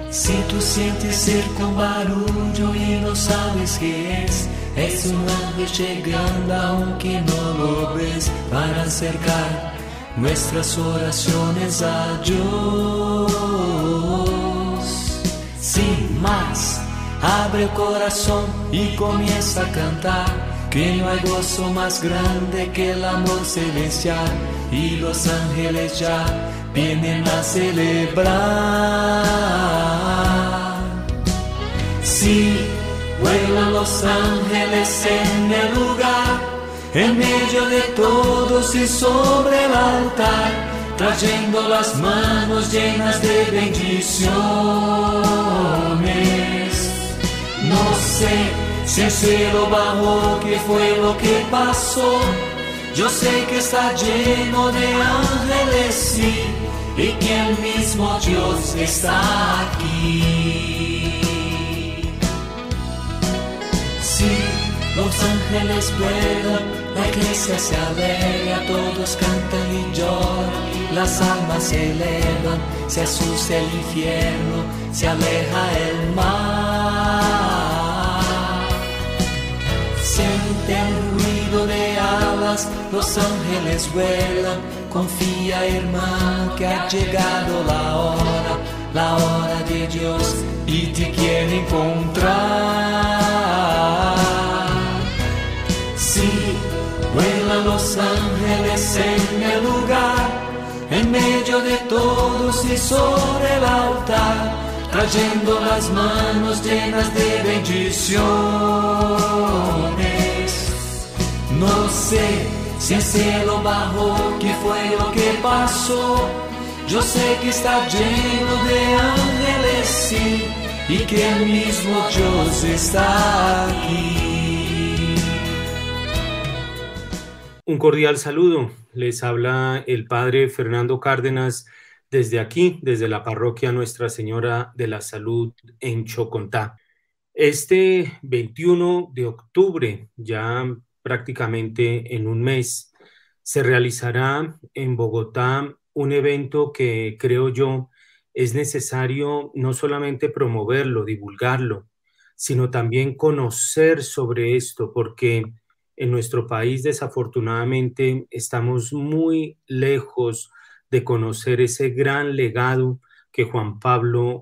Si tú sientes cerca un barullo y no sabes qué es un ángel llegando aunque no lo ves, para acercar nuestras oraciones a Dios. Sin más, abre el corazón y comienza a cantar, que no hay gozo más grande que el amor celestial, y los ángeles ya vienen a celebrar. Sí, vuelan los ángeles en el lugar, en medio de todos y sobre el altar, trayendo las manos llenas de bendiciones. No sé si el cielo bajó, qué fue lo que pasó. Yo sé que está lleno de ángeles, sí, y que el mismo Dios está aquí. Sí, los ángeles vuelan, la iglesia se alegra, todos cantan y lloran, las almas se elevan, se asusta el infierno, se aleja el mar. Siente el ruido de alas, los ángeles vuelan, confía hermano que ha llegado la hora de Dios, y te quiere encontrar. Sí, vuelan los ángeles en el lugar, en medio de todos y sobre el altar, trayendo las manos llenas de bendiciones. No sé si el cielo bajó, qué fue lo que pasó. Yo sé que está lleno de ángeles, sí, y que el mismo Dios está aquí. Un cordial saludo. Les habla el Padre Fernando Cárdenas desde aquí, desde la parroquia Nuestra Señora de la Salud en Chocontá. Este 21 de octubre, ya prácticamente en un mes, se realizará en Bogotá un evento que creo yo es necesario no solamente promoverlo, divulgarlo, sino también conocer sobre esto, porque en nuestro país desafortunadamente estamos muy lejos de conocer ese gran legado que Juan Pablo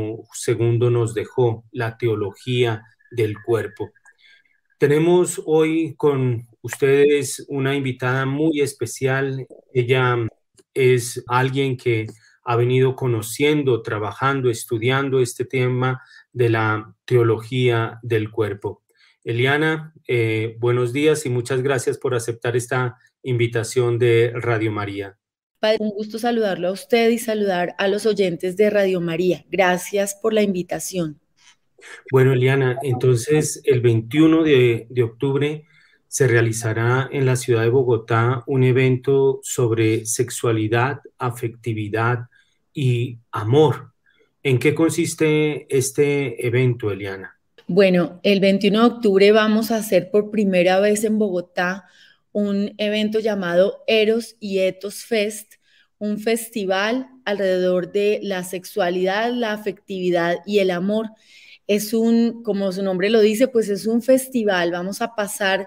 II nos dejó, la teología del cuerpo. Tenemos hoy con ustedes una invitada muy especial. Ella es alguien que ha venido conociendo, trabajando, estudiando este tema de la teología del cuerpo. Eliana, buenos días y muchas gracias por aceptar esta invitación de Radio María. Padre, un gusto saludarlo a usted y saludar a los oyentes de Radio María. Gracias por la invitación. Bueno, Eliana, entonces el 21 de octubre se realizará en la ciudad de Bogotá un evento sobre sexualidad, afectividad y amor. ¿En qué consiste este evento, Eliana? Bueno, el 21 de octubre vamos a hacer por primera vez en Bogotá un evento llamado Eros y Ethos Fest, un festival alrededor de la sexualidad, la afectividad y el amor. Es como su nombre lo dice, pues es un festival. Vamos a pasar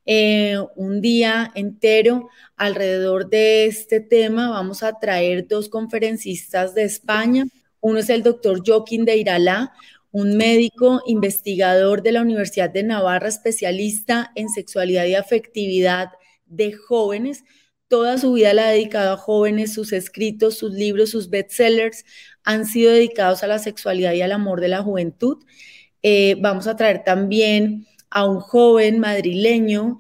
un día entero alrededor de este tema. Vamos a traer dos conferencistas de España. Uno es el doctor Joaquín de Iralá, un médico investigador de la Universidad de Navarra, especialista en sexualidad y afectividad de jóvenes. Toda su vida la ha dedicado a jóvenes, sus escritos, sus libros, sus bestsellers han sido dedicados a la sexualidad y al amor de la juventud. Vamos a traer también a un joven madrileño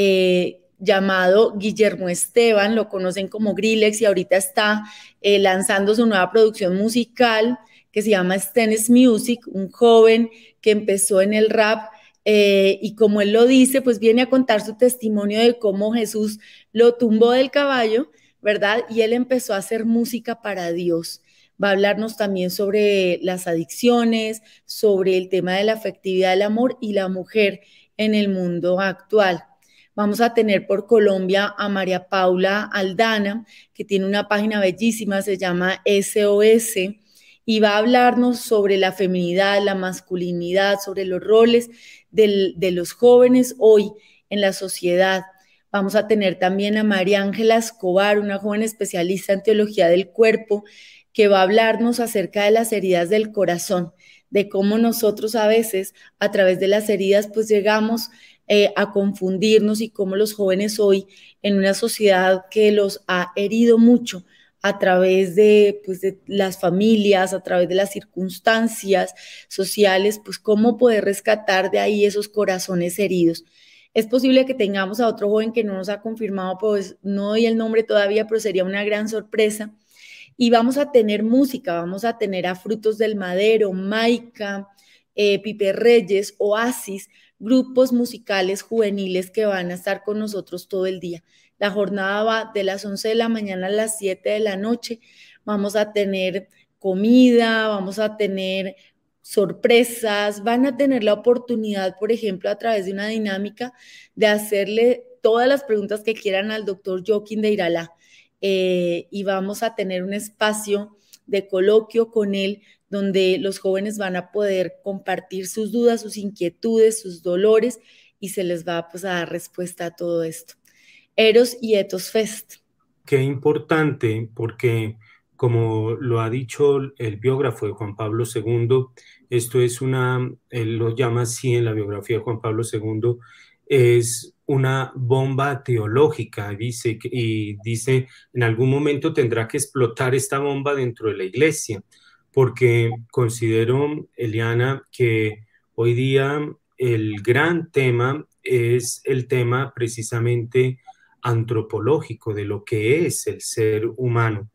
llamado Guillermo Esteban, lo conocen como Grillex, y ahorita está lanzando su nueva producción musical que se llama Stennis Music, un joven que empezó en el rap y como él lo dice, pues viene a contar su testimonio de cómo Jesús lo tumbó del caballo, ¿verdad? Y él empezó a hacer música para Dios. Va a hablarnos también sobre las adicciones, sobre el tema de la afectividad, el amor y la mujer en el mundo actual. Vamos a tener por Colombia a María Paula Aldana, que tiene una página bellísima, se llama SOS, y va a hablarnos sobre la feminidad, la masculinidad, sobre los roles de los jóvenes hoy en la sociedad. Vamos a tener también a María Ángela Escobar, una joven especialista en teología del cuerpo, que va a hablarnos acerca de las heridas del corazón, de cómo nosotros a veces a través de las heridas pues llegamos a confundirnos, y cómo los jóvenes hoy en una sociedad que los ha herido mucho a través pues, de las familias, a través de las circunstancias sociales, pues cómo poder rescatar de ahí esos corazones heridos. Es posible que tengamos a otro joven que no nos ha confirmado, pues no doy el nombre todavía, pero sería una gran sorpresa. Y vamos a tener música, vamos a tener a Frutos del Madero, Maica, Pipe Reyes, Oasis, grupos musicales juveniles que van a estar con nosotros todo el día. La jornada va de las 11 de la mañana a las 7 de la noche. Vamos a tener comida, vamos a tener sorpresas, van a tener la oportunidad, por ejemplo, a través de una dinámica, de hacerle todas las preguntas que quieran al doctor Joaquín de Iralá. Y vamos a tener un espacio de coloquio con él, donde los jóvenes van a poder compartir sus dudas, sus inquietudes, sus dolores, y se les va pues, a dar respuesta a todo esto. Eros y Ethos Fest. Qué importante, porque como lo ha dicho el biógrafo de Juan Pablo II, esto es él lo llama así en la biografía de Juan Pablo II, es una bomba teológica, dice, y dice, en algún momento tendrá que explotar esta bomba dentro de la iglesia, porque considero, Eliana, que hoy día el gran tema es el tema precisamente antropológico de lo que es el ser humano.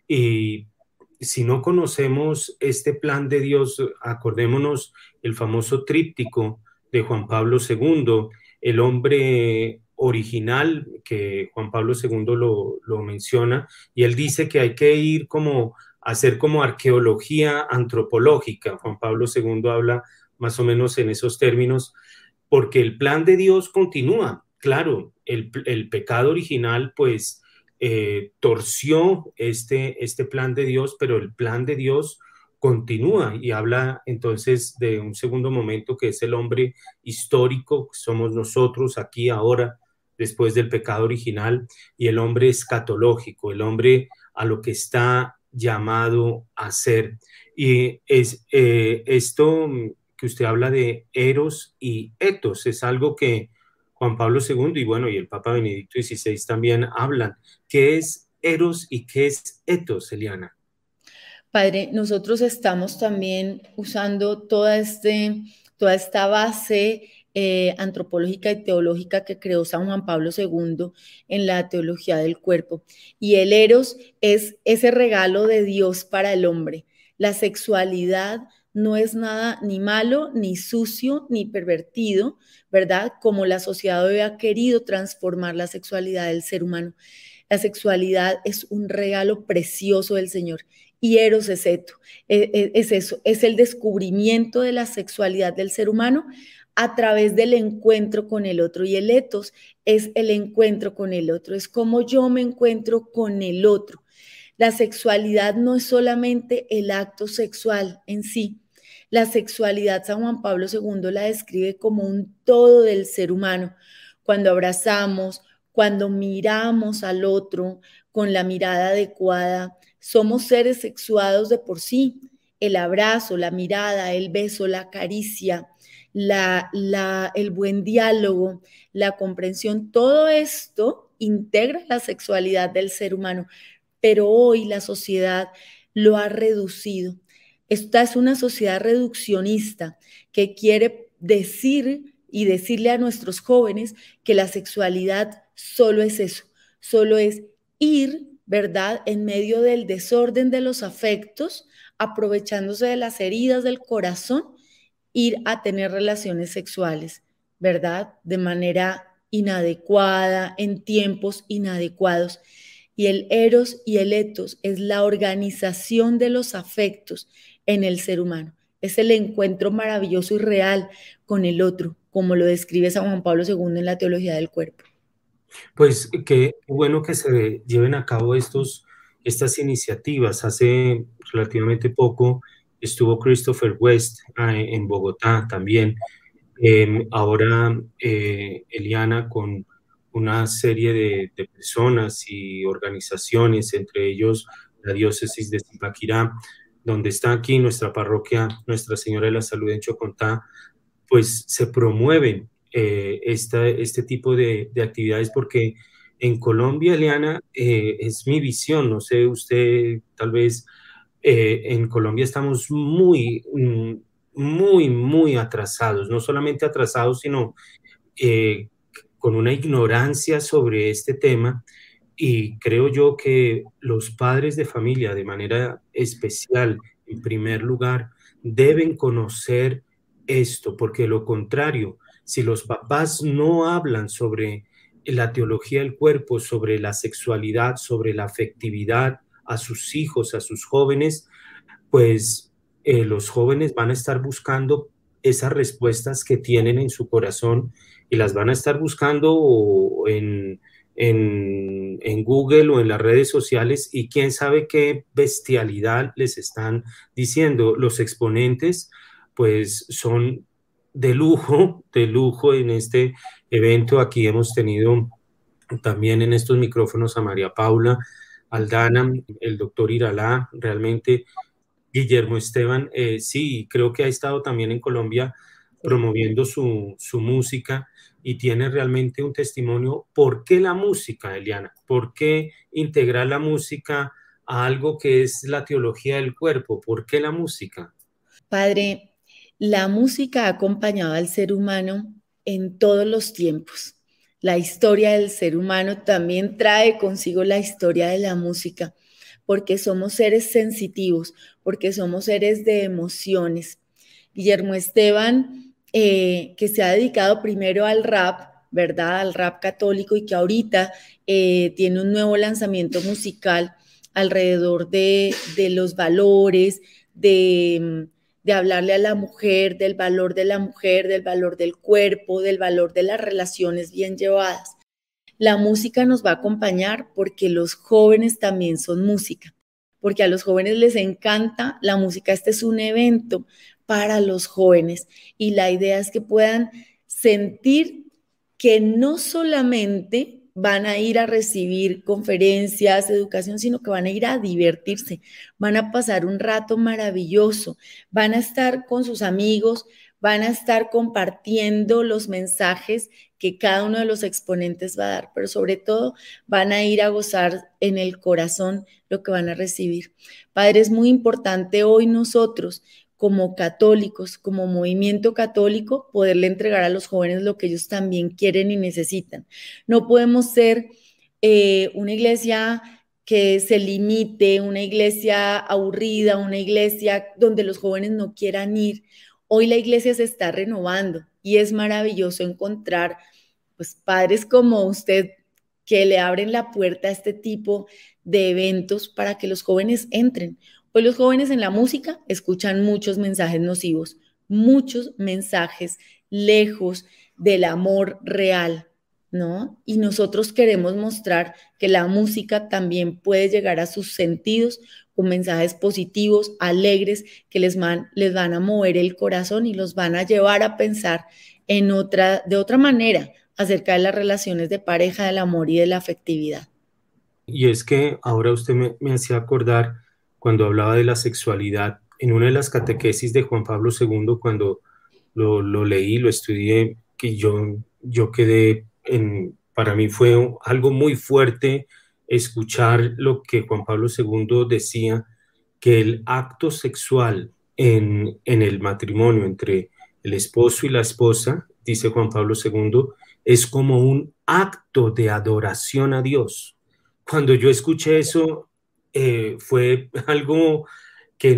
Y si no conocemos este plan de Dios, acordémonos el famoso tríptico de Juan Pablo II, el hombre original, que Juan Pablo II lo menciona, y él dice que hay que ir como hacer como arqueología antropológica. Juan Pablo II habla más o menos en esos términos, porque el plan de Dios continúa. Claro, el pecado original pues torció este plan de Dios, pero el plan de Dios continúa, y habla entonces de un segundo momento que es el hombre histórico, que somos nosotros aquí ahora, después del pecado original, y el hombre escatológico, el hombre a lo que está llamado a ser. Y esto que usted habla de eros y etos es algo que Juan Pablo II y bueno, y el Papa Benedicto XVI también hablan. ¿Qué es eros y qué es etos, Eliana? Padre, nosotros estamos también usando toda esta base antropológica y teológica que creó San Juan Pablo II en la teología del cuerpo. Y el eros es ese regalo de Dios para el hombre. La sexualidad no es nada ni malo, ni sucio, ni pervertido, ¿verdad? Como la sociedad hoy ha querido transformar la sexualidad del ser humano. La sexualidad es un regalo precioso del Señor. Y eros es eso, es el descubrimiento de la sexualidad del ser humano a través del encuentro con el otro. Y el etos es el encuentro con el otro, es como yo me encuentro con el otro. La sexualidad no es solamente el acto sexual en sí. La sexualidad, San Juan Pablo II la describe como un todo del ser humano. Cuando abrazamos, cuando miramos al otro con la mirada adecuada, somos seres sexuados de por sí. El abrazo, la mirada, el beso, la caricia, el buen diálogo, la comprensión, todo esto integra la sexualidad del ser humano. Pero hoy la sociedad lo ha reducido. Esta es una sociedad reduccionista que quiere decir y decirle a nuestros jóvenes que la sexualidad solo es eso, solo es ir, ¿verdad?, en medio del desorden de los afectos, aprovechándose de las heridas del corazón, ir a tener relaciones sexuales, ¿verdad?, de manera inadecuada, en tiempos inadecuados. Y el eros y el etos es la organización de los afectos en el ser humano. Es el encuentro maravilloso y real con el otro, como lo describe San Juan Pablo II en la teología del cuerpo. Pues qué bueno que se lleven a cabo estos estas iniciativas. Hace relativamente poco estuvo Christopher West en Bogotá también. Ahora Eliana, con una serie de personas y organizaciones, entre ellos la diócesis de Zipaquirá, donde está aquí nuestra parroquia Nuestra Señora de la Salud en Chocontá, pues se promueven este tipo de actividades, porque en Colombia, Eliana, es mi visión, no sé, usted tal vez, en Colombia estamos muy atrasados, no solamente atrasados, sino eh, con una ignorancia sobre este tema, y creo yo que los padres de familia, de manera especial, en primer lugar, deben conocer esto, porque de lo contrario, si los papás no hablan sobre la teología del cuerpo, sobre la sexualidad, sobre la afectividad a sus hijos, a sus jóvenes, pues los jóvenes van a estar buscando esas respuestas que tienen en su corazón, y las van a estar buscando en Google o en las redes sociales, y quién sabe qué bestialidad les están diciendo. Los exponentes pues son de lujo en este evento. Aquí hemos tenido también en estos micrófonos a María Paula Aldana, el doctor Iralá, realmente Guillermo Esteban, sí, creo que ha estado también en Colombia promoviendo su música, y tiene realmente un testimonio. ¿Por qué la música, Eliana? ¿Por qué integrar la música a algo que es la teología del cuerpo? ¿Por qué la música? Padre, la música ha acompañado al ser humano en todos los tiempos. La historia del ser humano también trae consigo la historia de la música, porque somos seres sensitivos, porque somos seres de emociones. Guillermo Esteban, que se ha dedicado primero al rap, ¿verdad? Al rap católico, y que ahorita tiene un nuevo lanzamiento musical alrededor de los valores, de hablarle a la mujer, del valor de la mujer, del valor del cuerpo, del valor de las relaciones bien llevadas. La música nos va a acompañar porque los jóvenes también son música, porque a los jóvenes les encanta la música. Este es un evento para los jóvenes, y la idea es que puedan sentir que no solamente van a ir a recibir conferencias, educación, sino que van a ir a divertirse, van a pasar un rato maravilloso, van a estar con sus amigos, van a estar compartiendo los mensajes que cada uno de los exponentes va a dar, pero sobre todo van a ir a gozar en el corazón lo que van a recibir. Padre, es muy importante hoy nosotros, como católicos, como movimiento católico, poderle entregar a los jóvenes lo que ellos también quieren y necesitan. No podemos ser una iglesia que se limite, una iglesia aburrida, una iglesia donde los jóvenes no quieran ir. Hoy la iglesia se está renovando, y es maravilloso encontrar pues padres como usted, que le abren la puerta a este tipo de eventos para que los jóvenes entren. Hoy los jóvenes en la música escuchan muchos mensajes nocivos, muchos mensajes lejos del amor real, ¿no? Y nosotros queremos mostrar que la música también puede llegar a sus sentidos con mensajes positivos, alegres, que les van a mover el corazón y los van a llevar a pensar de otra manera acerca de las relaciones de pareja, del amor y de la afectividad. Y es que ahora usted me hacía acordar, cuando hablaba de la sexualidad, en una de las catequesis de Juan Pablo II, cuando lo leí, lo estudié, que yo quedé para mí fue algo muy fuerte escuchar lo que Juan Pablo II decía, que el acto sexual en el matrimonio entre el esposo y la esposa, dice Juan Pablo II, es como un acto de adoración a Dios. Cuando yo escuché eso, fue algo que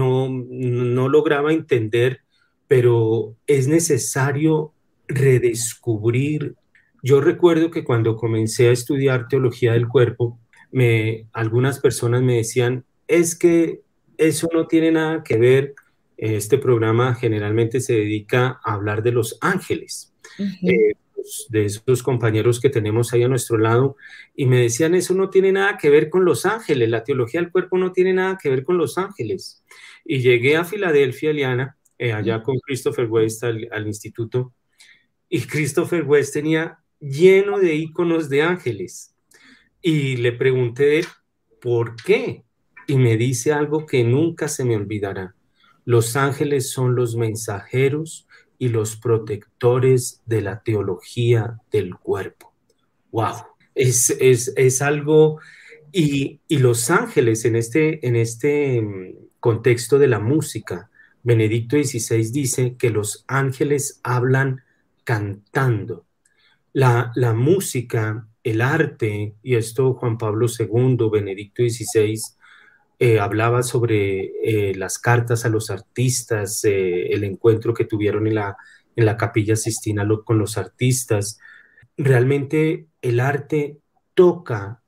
no lograba entender, pero es necesario redescubrir. Yo recuerdo que cuando comencé a estudiar teología del cuerpo, algunas personas me decían, es que eso no tiene nada que ver. Este programa generalmente se dedica a hablar de los ángeles. Uh-huh. de esos compañeros que tenemos ahí a nuestro lado, y me decían, eso no tiene nada que ver con los ángeles, la teología del cuerpo no tiene nada que ver con los ángeles. Y llegué a Filadelfia, Eliana, allá con Christopher West al instituto, y Christopher West tenía lleno de iconos de ángeles. Y le pregunté por qué, y me dice algo que nunca se me olvidará. Los ángeles son los mensajeros y los protectores de la teología del cuerpo. ¡Wow! Es algo, y los ángeles en este contexto de la música, Benedicto XVI dice que los ángeles hablan cantando. La música, el arte, y esto Juan Pablo II, Benedicto XVI, hablaba sobre las cartas a los artistas, el encuentro que tuvieron en la Capilla Sistina con los artistas. Realmente el arte toca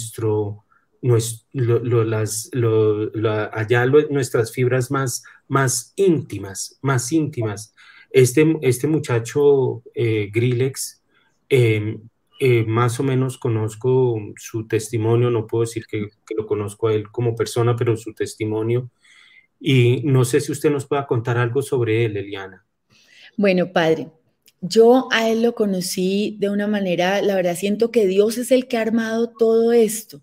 nuestras fibras más íntimas. Este muchacho Grillex, más o menos conozco su testimonio, no puedo decir que lo conozco a él como persona, pero su testimonio, y no sé si usted nos pueda contar algo sobre él, Eliana. Bueno, padre, yo a él lo conocí de una manera, la verdad siento que Dios es el que ha armado todo esto.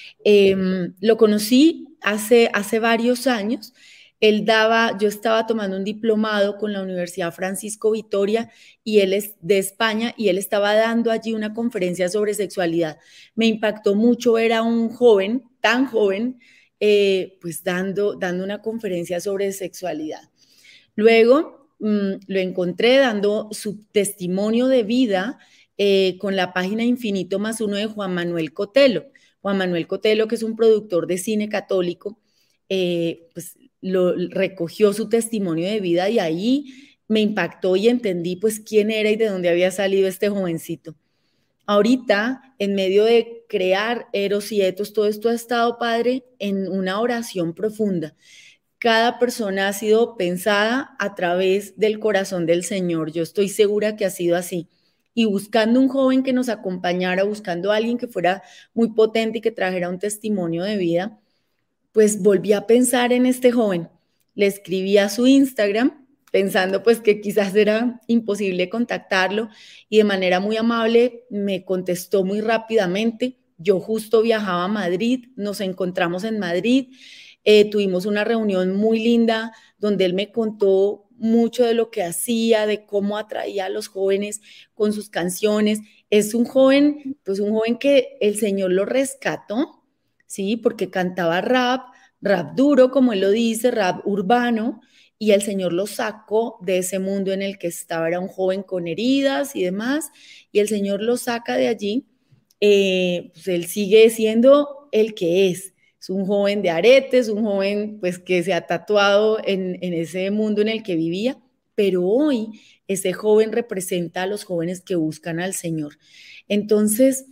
Lo conocí hace varios años. Yo estaba tomando un diplomado con la Universidad Francisco Vitoria y él es de España y él estaba dando allí una conferencia sobre sexualidad. Me impactó mucho ver a un joven, tan joven, pues dando una conferencia sobre sexualidad. Luego lo encontré dando su testimonio de vida con la página Infinito más uno de Juan Manuel Cotelo. Juan Manuel Cotelo, que es un productor de cine católico, pues recogió su testimonio de vida y ahí me impactó y entendí pues quién era y de dónde había salido este jovencito. Ahorita, en medio de crear Eros y Etos, todo esto ha estado, padre, en una oración profunda. Cada persona ha sido pensada a través del corazón del Señor. Yo estoy segura que ha sido así. Y buscando un joven que nos acompañara, buscando a alguien que fuera muy potente y que trajera un testimonio de vida, pues volví a pensar en este joven. Le escribí a su Instagram, pensando pues que quizás era imposible contactarlo, y de manera muy amable me contestó muy rápidamente. Yo justo viajaba a Madrid, nos encontramos en Madrid, tuvimos una reunión muy linda donde él me contó mucho de lo que hacía, de cómo atraía a los jóvenes con sus canciones. Es un joven, pues un joven que el Señor lo rescató, ¿sí? Porque cantaba rap duro, como él lo dice, rap urbano, y el Señor lo sacó de ese mundo en el que estaba. Era un joven con heridas y demás, y el Señor lo saca de allí. Pues él sigue siendo el que es. Es un joven de aretes, un joven pues que se ha tatuado en ese mundo en el que vivía, pero hoy ese joven representa a los jóvenes que buscan al Señor. Entonces,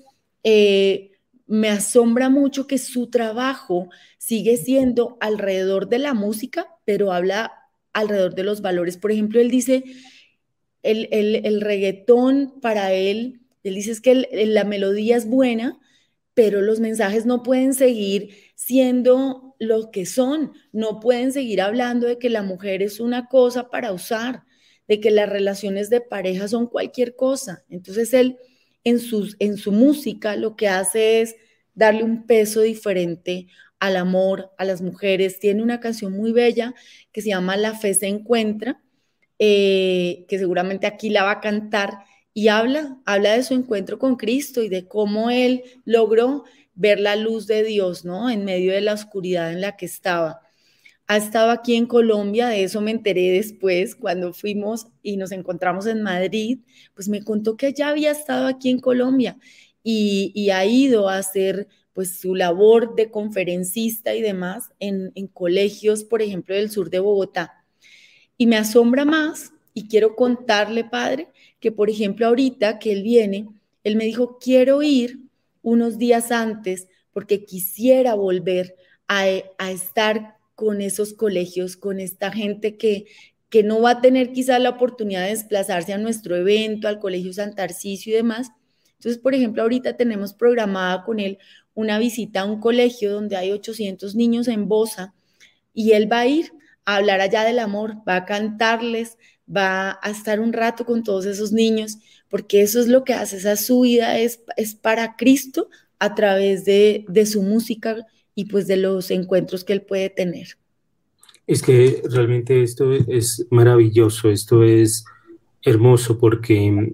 me asombra mucho que su trabajo sigue siendo alrededor de la música, pero habla alrededor de los valores. Por ejemplo, él dice, el reggaetón para él dice es que la melodía es buena, pero los mensajes no pueden seguir siendo lo que son, no pueden seguir hablando de que la mujer es una cosa para usar, de que las relaciones de pareja son cualquier cosa. Entonces él en su música lo que hace es darle un peso diferente al amor, a las mujeres. Tiene una canción muy bella que se llama La Fe se encuentra, que seguramente aquí la va a cantar, y habla de su encuentro con Cristo y de cómo él logró ver la luz de Dios, ¿no? En medio de la oscuridad en la que estaba. Ha estado aquí en Colombia, de eso me enteré después, cuando fuimos y nos encontramos en Madrid, pues me contó que ya había estado aquí en Colombia y ha ido a hacer pues su labor de conferencista y demás en colegios, por ejemplo, del sur de Bogotá. Y me asombra más, y quiero contarle, padre, que por ejemplo ahorita que él viene, él me dijo, quiero ir unos días antes porque quisiera volver a estar con esos colegios, con esta gente que que no va a tener quizás la oportunidad de desplazarse a nuestro evento, al Colegio San Tarcisio y demás. Entonces, por ejemplo, ahorita tenemos programada con él una visita a un colegio donde hay 800 niños en Bosa, y él va a ir a hablar allá del amor, va a cantarles, va a estar un rato con todos esos niños, porque eso es lo que hace, esa su vida es para Cristo a través de su música y pues de los encuentros que él puede tener. Es que realmente esto es maravilloso, esto es hermoso porque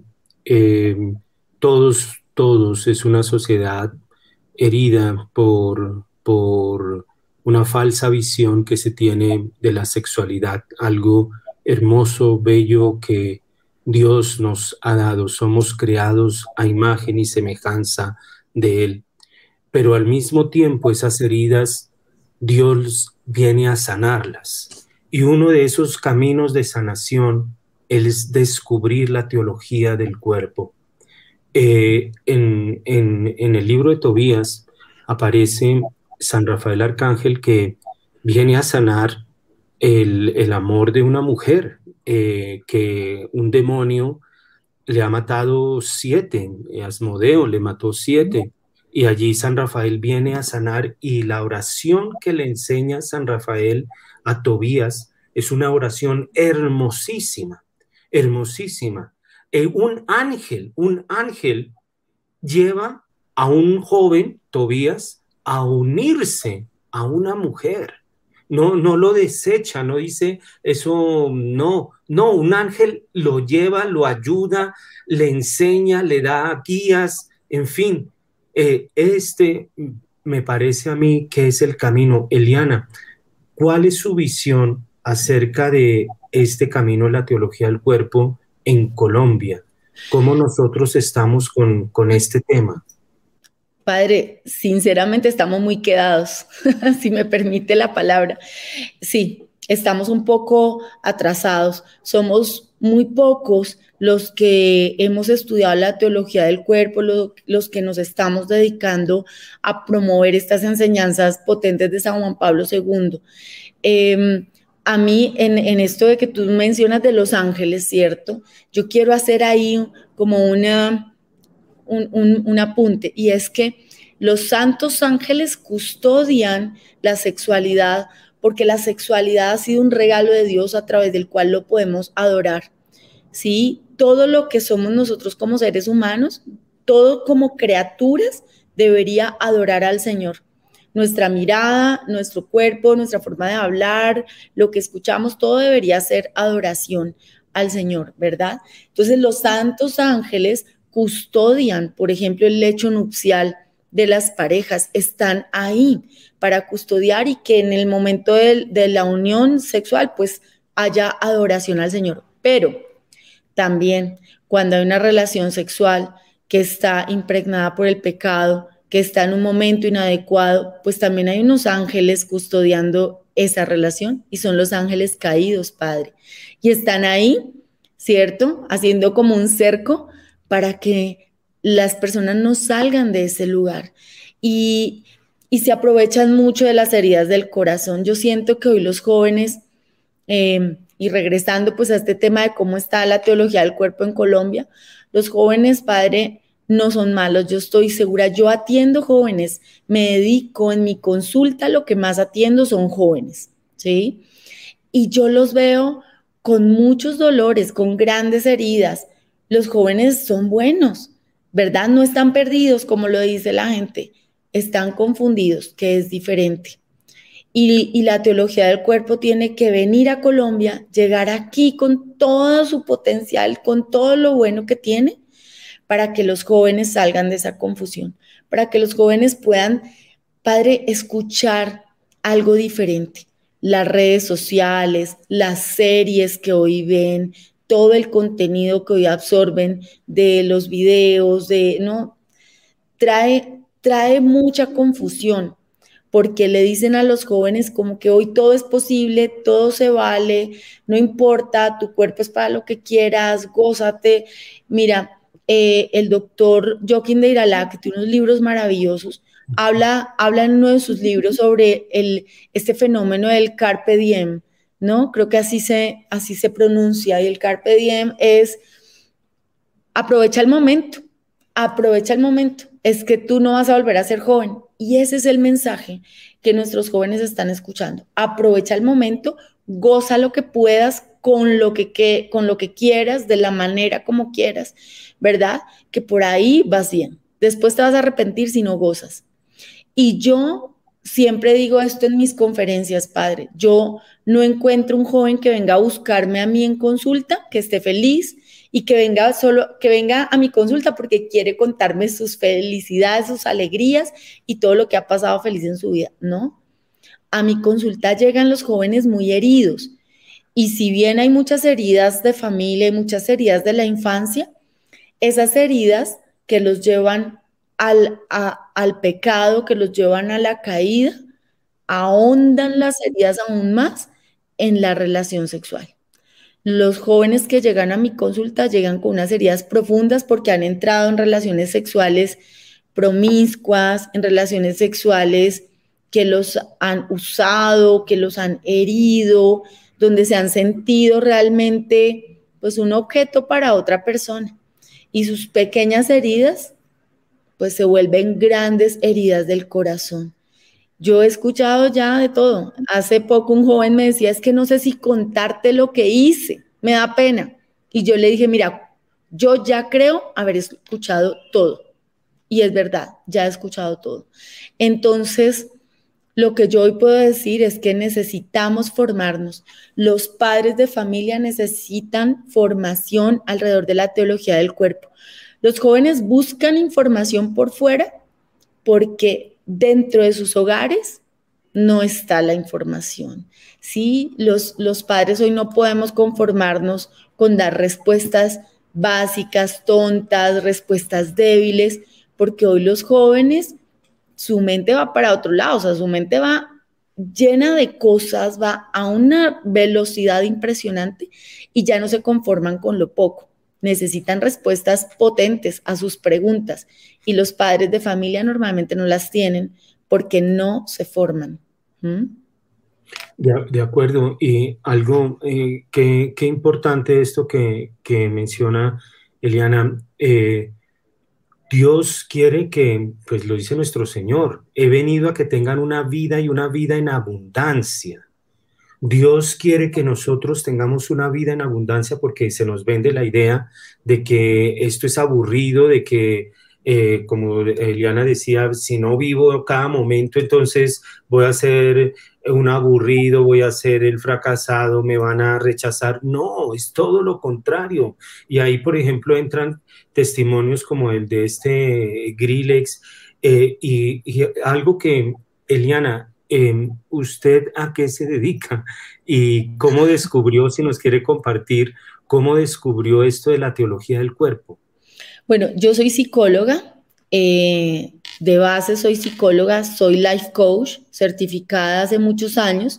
todos es una sociedad herida por una falsa visión que se tiene de la sexualidad, algo hermoso, bello que Dios nos ha dado. Somos creados a imagen y semejanza de Él, pero al mismo tiempo esas heridas Dios viene a sanarlas. Y uno de esos caminos de sanación es descubrir la teología del cuerpo. En el libro de Tobías aparece San Rafael Arcángel que viene a sanar el amor de una mujer, que un demonio le ha matado 7, Asmodeo le mató 7, y allí San Rafael viene a sanar, y la oración que le enseña San Rafael a Tobías es una oración hermosísima, hermosísima. Un ángel lleva a un joven, Tobías, a unirse a una mujer. No lo desecha, no dice eso, no, un ángel lo lleva, lo ayuda, le enseña, le da guías, en fin, me parece a mí que es el camino. Eliana, ¿cuál es su visión acerca de este camino de la teología del cuerpo en Colombia? ¿Cómo nosotros estamos con este tema? Padre, sinceramente estamos muy quedados, si me permite la palabra. Sí, estamos un poco atrasados. Somos muy pocos los que hemos estudiado la teología del cuerpo, los que nos estamos dedicando a promover estas enseñanzas potentes de San Juan Pablo II. A mí, en esto de que tú mencionas de los ángeles, ¿cierto? Yo quiero hacer ahí como un apunte, y es que los santos ángeles custodian la sexualidad, porque la sexualidad ha sido un regalo de Dios a través del cual lo podemos adorar. ¿Sí? Todo lo que somos nosotros como seres humanos, todo como criaturas, debería adorar al Señor. Nuestra mirada, nuestro cuerpo, nuestra forma de hablar, lo que escuchamos, todo debería ser adoración al Señor, ¿verdad? Entonces los santos ángeles custodian, por ejemplo, el lecho nupcial de las parejas, están ahí para custodiar y que en el momento de la unión sexual pues haya adoración al Señor. Pero también cuando hay una relación sexual que está impregnada por el pecado, que está en un momento inadecuado, pues también hay unos ángeles custodiando esa relación, y son los ángeles caídos, Padre. Y están ahí, ¿cierto? Haciendo como un cerco para que las personas no salgan de ese lugar. Y se aprovechan mucho de las heridas del corazón. Yo siento que hoy los jóvenes, y regresando pues a este tema de cómo está la teología del cuerpo en Colombia, los jóvenes, Padre, no son malos, yo estoy segura, yo atiendo jóvenes, me dedico en mi consulta, lo que más atiendo son jóvenes, ¿sí? Y yo los veo con muchos dolores, con grandes heridas. Los jóvenes son buenos, ¿verdad? No están perdidos, como lo dice la gente, están confundidos, que es diferente. Y la teología del cuerpo tiene que venir a Colombia, llegar aquí con todo su potencial, con todo lo bueno que tiene, para que los jóvenes salgan de esa confusión, para que los jóvenes puedan, Padre, escuchar algo diferente. Las redes sociales, las series que hoy ven, todo el contenido que hoy absorben de los videos, ¿no? Trae mucha confusión, porque le dicen a los jóvenes como que hoy todo es posible, todo se vale, no importa, tu cuerpo es para lo que quieras, gózate. Mira, el doctor Joaquín de Iralá, que tiene unos libros maravillosos, habla en uno de sus libros sobre este fenómeno del carpe diem, ¿no? Creo que así se pronuncia, y el carpe diem es aprovecha el momento, aprovecha el momento. Es que tú no vas a volver a ser joven. Y ese es el mensaje que nuestros jóvenes están escuchando. Aprovecha el momento, goza lo que puedas, con lo que quieras, de la manera como quieras, ¿verdad? Que por ahí vas bien. Después te vas a arrepentir si no gozas. Y yo siempre digo esto en mis conferencias, padre. Yo no encuentro un joven que venga a buscarme a mí en consulta, que esté feliz y que venga a mi consulta porque quiere contarme sus felicidades, sus alegrías y todo lo que ha pasado feliz en su vida. No, a mi consulta llegan los jóvenes muy heridos. Y si bien hay muchas heridas de familia y muchas heridas de la infancia, esas heridas que los llevan al pecado, que los llevan a la caída, ahondan las heridas aún más en la relación sexual. Los jóvenes que llegan a mi consulta llegan con unas heridas profundas porque han entrado en relaciones sexuales promiscuas, en relaciones sexuales que los han usado, que los han herido, donde se han sentido realmente pues un objeto para otra persona. Y sus pequeñas heridas pues se vuelven grandes heridas del corazón. Yo he escuchado ya de todo. Hace poco un joven me decía, es que no sé si contarte lo que hice, me da pena. Y yo le dije, mira, yo ya creo haber escuchado todo. Y es verdad, ya he escuchado todo. Entonces, lo que yo hoy puedo decir es que necesitamos formarnos. Los padres de familia necesitan formación alrededor de la teología del cuerpo. Los jóvenes buscan información por fuera porque dentro de sus hogares no está la información. Sí, los padres hoy no podemos conformarnos con dar respuestas básicas, tontas, respuestas débiles, porque hoy los jóvenes, su mente va para otro lado, o sea, su mente va llena de cosas, va a una velocidad impresionante y ya no se conforman con lo poco. Necesitan respuestas potentes a sus preguntas y los padres de familia normalmente no las tienen porque no se forman. De acuerdo, y algo que importante esto que menciona Eliana. Dios quiere que, pues lo dice nuestro Señor, he venido a que tengan una vida y una vida en abundancia. Dios quiere que nosotros tengamos una vida en abundancia porque se nos vende la idea de que esto es aburrido, de que, como Eliana decía, si no vivo cada momento, entonces voy a ser un aburrido, voy a ser el fracasado, me van a rechazar. No, es todo lo contrario. Y ahí, por ejemplo, entran testimonios como el de este Grillex, y algo que, Eliana, ¿usted a qué se dedica? ¿Y cómo descubrió, si nos quiere compartir, cómo descubrió esto de la teología del cuerpo? Bueno, yo soy psicóloga, de base soy psicóloga, soy life coach, certificada hace muchos años,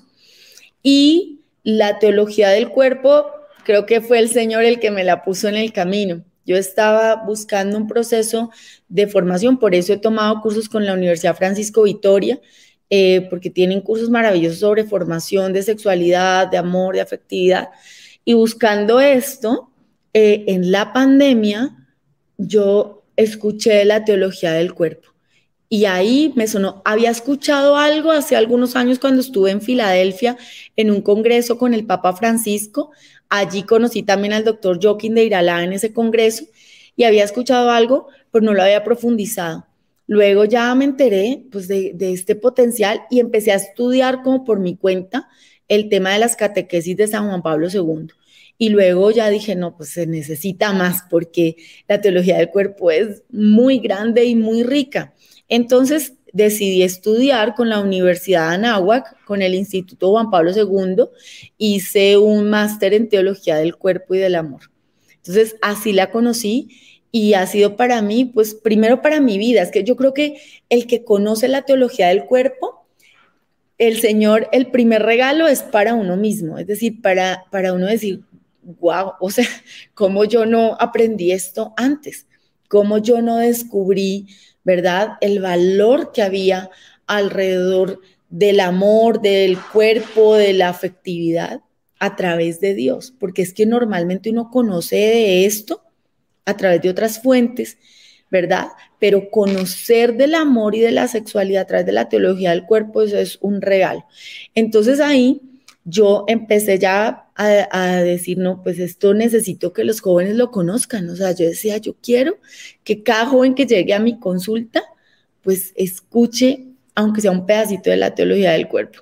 y la teología del cuerpo creo que fue el Señor el que me la puso en el camino. Yo estaba buscando un proceso de formación, por eso he tomado cursos con la Universidad Francisco Vitoria, porque tienen cursos maravillosos sobre formación de sexualidad, de amor, de afectividad. Y buscando esto, en la pandemia, yo escuché la teología del cuerpo. Y ahí me sonó, había escuchado algo hace algunos años cuando estuve en Filadelfia en un congreso con el Papa Francisco. Allí conocí también al doctor Joaquín de Iralá en ese congreso y había escuchado algo, pero no lo había profundizado. Luego ya me enteré pues, de este potencial y empecé a estudiar como por mi cuenta el tema de las catequesis de San Juan Pablo II. Y luego ya dije, no, pues se necesita más porque la teología del cuerpo es muy grande y muy rica. Entonces decidí estudiar con la Universidad de Anáhuac, con el Instituto Juan Pablo II, hice un máster en teología del cuerpo y del amor. Entonces así la conocí y ha sido para mí, pues primero para mi vida, es que yo creo que el que conoce la teología del cuerpo, el Señor, el primer regalo es para uno mismo, es decir, para uno decir, wow, o sea, ¿cómo yo no aprendí esto antes? ¿Cómo yo no descubrí, verdad, el valor que había alrededor del amor, del cuerpo, de la afectividad? a través de Dios, porque es que normalmente uno conoce de esto a través de otras fuentes, ¿verdad? Pero conocer del amor y de la sexualidad a través de la teología del cuerpo, eso es un regalo. Entonces ahí yo empecé ya a decir, no, pues esto necesito que los jóvenes lo conozcan. O sea, yo decía, yo quiero que cada joven que llegue a mi consulta, pues escuche, aunque sea un pedacito de la teología del cuerpo.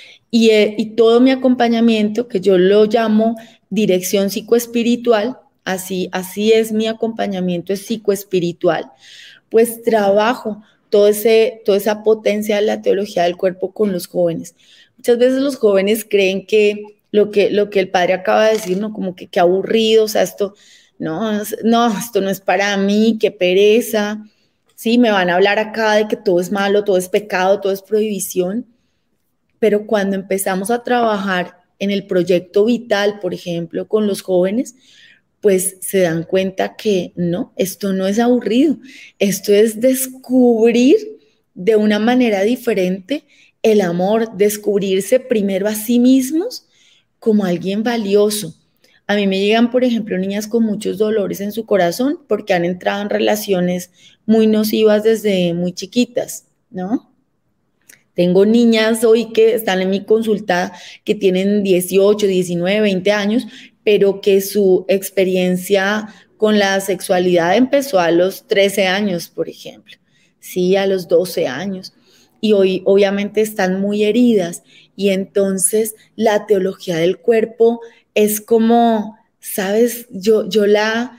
Y todo mi acompañamiento, que yo lo llamo dirección psicoespiritual, así es mi acompañamiento, es psicoespiritual, pues trabajo toda esa potencia de la teología del cuerpo con los jóvenes. Muchas veces los jóvenes creen que lo que el padre acaba de decir, ¿no? Como que qué aburrido, o sea, esto no, esto no es para mí, qué pereza, sí, me van a hablar acá de que todo es malo, todo es pecado, todo es prohibición, pero cuando empezamos a trabajar en el proyecto Vital, por ejemplo, con los jóvenes, pues se dan cuenta que no, esto no es aburrido, esto es descubrir de una manera diferente el amor, descubrirse primero a sí mismos como alguien valioso. A mí me llegan, por ejemplo, niñas con muchos dolores en su corazón porque han entrado en relaciones muy nocivas desde muy chiquitas, ¿no? Tengo niñas hoy que están en mi consulta que tienen 18, 19, 20 años, pero que su experiencia con la sexualidad empezó a los 13 años, por ejemplo, sí, a los 12 años. Y hoy obviamente están muy heridas. Y entonces la teología del cuerpo es como, ¿sabes? Yo la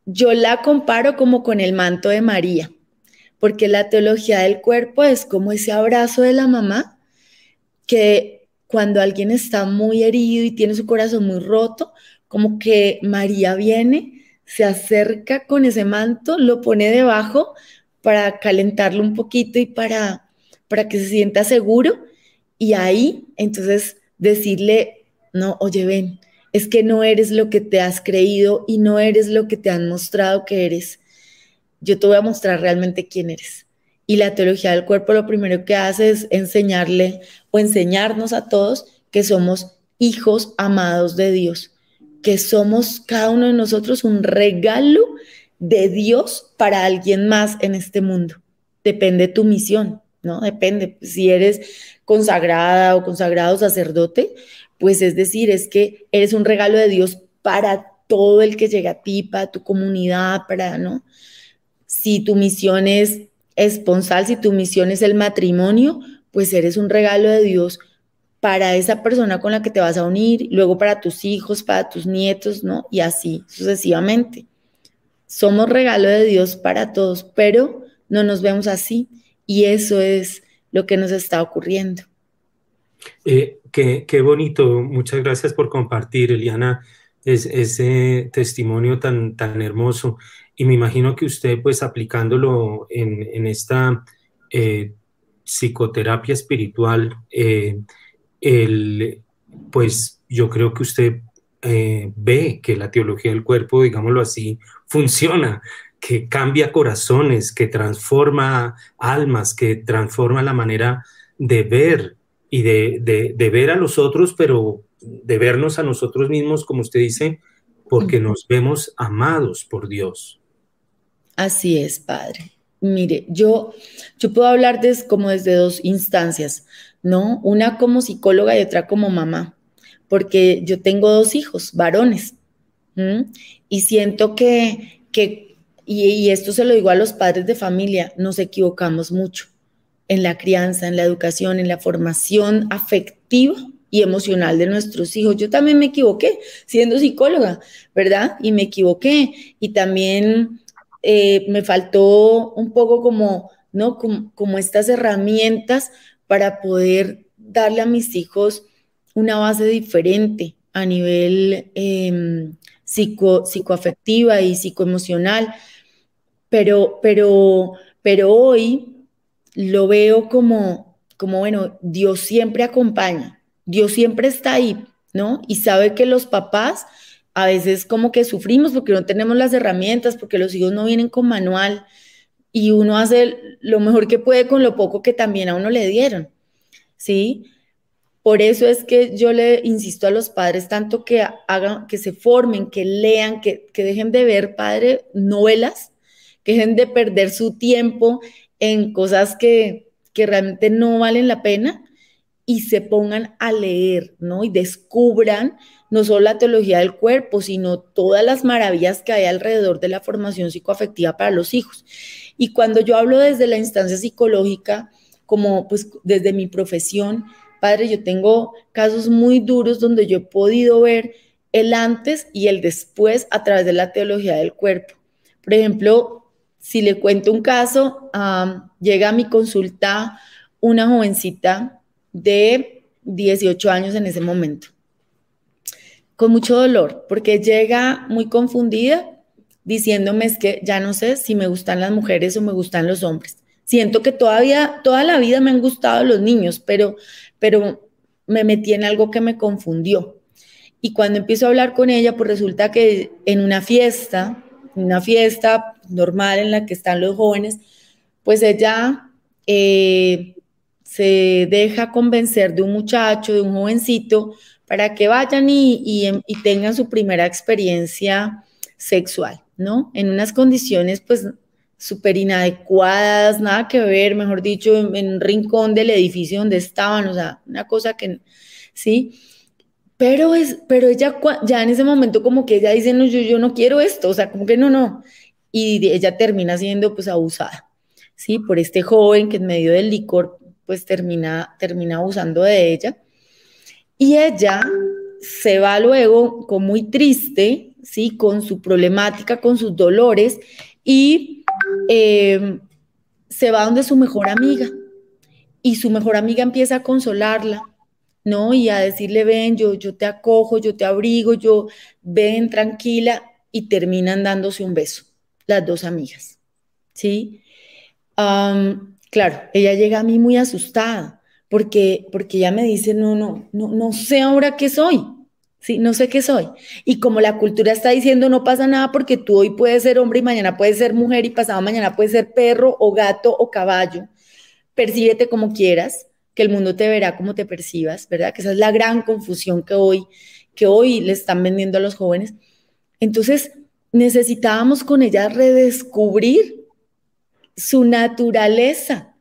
comparo como con el manto de María, porque la teología del cuerpo es como ese abrazo de la mamá que cuando alguien está muy herido y tiene su corazón muy roto, como que María viene, se acerca con ese manto, lo pone debajo para calentarlo un poquito y para que se sienta seguro, y ahí entonces decirle, no, oye, ven, es que no eres lo que te has creído y no eres lo que te han mostrado que eres. Yo te voy a mostrar realmente quién eres. Y la teología del cuerpo lo primero que hace es enseñarle o enseñarnos a todos que somos hijos amados de Dios, que somos cada uno de nosotros un regalo de Dios para alguien más en este mundo. Depende de tu misión, ¿no? Depende. Si eres consagrada o consagrado sacerdote, pues es decir, es que eres un regalo de Dios para todo el que llega a ti, para tu comunidad, para, ¿no? Si tu misión es esponsal, si tu misión es el matrimonio, pues eres un regalo de Dios para esa persona con la que te vas a unir, luego para tus hijos, para tus nietos, ¿no? Y así sucesivamente. Somos regalo de Dios para todos, pero no nos vemos así y eso es lo que nos está ocurriendo. Qué bonito, muchas gracias por compartir, Eliana, ese testimonio tan hermoso. Y me imagino que usted, pues aplicándolo en esta psicoterapia espiritual, pues yo creo que usted ve que la teología del cuerpo, digámoslo así, funciona, que cambia corazones, que transforma almas, que transforma la manera de ver y de ver a los otros, pero de vernos a nosotros mismos, como usted dice, porque nos vemos amados por Dios. Así es, padre. Mire, yo puedo hablar como desde dos instancias, ¿no? Una como psicóloga y otra como mamá, porque yo tengo dos hijos, varones, y siento y esto se lo digo a los padres de familia, nos equivocamos mucho en la crianza, en la educación, en la formación afectiva y emocional de nuestros hijos. Yo también me equivoqué siendo psicóloga, ¿verdad? Y me equivoqué y también me faltó un poco como, ¿no? Como estas herramientas para poder darle a mis hijos una base diferente a nivel psicoafectiva y psicoemocional. Pero hoy lo veo como, bueno, Dios siempre acompaña, Dios siempre está ahí, ¿no? Y sabe que los papás a veces como que sufrimos porque no tenemos las herramientas, porque los hijos no vienen con manual y uno hace lo mejor que puede con lo poco que también a uno le dieron, ¿sí? Por eso es que yo le insisto a los padres tanto que hagan, que se formen, que lean, que dejen de ver, padre, novelas, que dejen de perder su tiempo en cosas que realmente no valen la pena y se pongan a leer, ¿no? Y descubran no solo la teología del cuerpo, sino todas las maravillas que hay alrededor de la formación psicoafectiva para los hijos. Y cuando yo hablo desde la instancia psicológica, como pues desde mi profesión, padre, yo tengo casos muy duros donde yo he podido ver el antes y el después a través de la teología del cuerpo. Por ejemplo, si le cuento un caso, llega a mi consulta una jovencita de 18 años en ese momento, con mucho dolor, porque llega muy confundida, diciéndome es que ya no sé si me gustan las mujeres o me gustan los hombres. Siento que toda la vida me han gustado los niños, pero me metí en algo que me confundió. Y cuando empiezo a hablar con ella, pues resulta que en una fiesta normal en la que están los jóvenes, pues ella se deja convencer de un muchacho, de un jovencito, para que vayan y tengan su primera experiencia sexual, ¿no? En unas condiciones, pues, súper inadecuadas, nada que ver, mejor dicho, en un rincón del edificio donde estaban, o sea, una cosa que, ¿sí? Pero ella ya en ese momento como que ella dice, no, yo no quiero esto, o sea, como que no. Y ella termina siendo pues abusada, ¿sí? Por este joven que en medio del licor pues termina abusando de ella. Y ella se va luego como muy triste, ¿sí? Con su problemática, con sus dolores y se va donde su mejor amiga. Y su mejor amiga empieza a consolarla, ¿no? Y a decirle, ven, yo te acojo, yo te abrigo, ven, tranquila, y terminan dándose un beso, las dos amigas, ¿sí? Claro, ella llega a mí muy asustada, porque ella me dice, no sé ahora qué soy, ¿sí? No sé qué soy. Y como la cultura está diciendo, no pasa nada porque tú hoy puedes ser hombre y mañana puedes ser mujer y pasado mañana puedes ser perro o gato o caballo, percíbete como quieras, que el mundo te verá como te percibas, ¿verdad? Que esa es la gran confusión que hoy le están vendiendo a los jóvenes. Entonces, necesitábamos con ella redescubrir su naturaleza,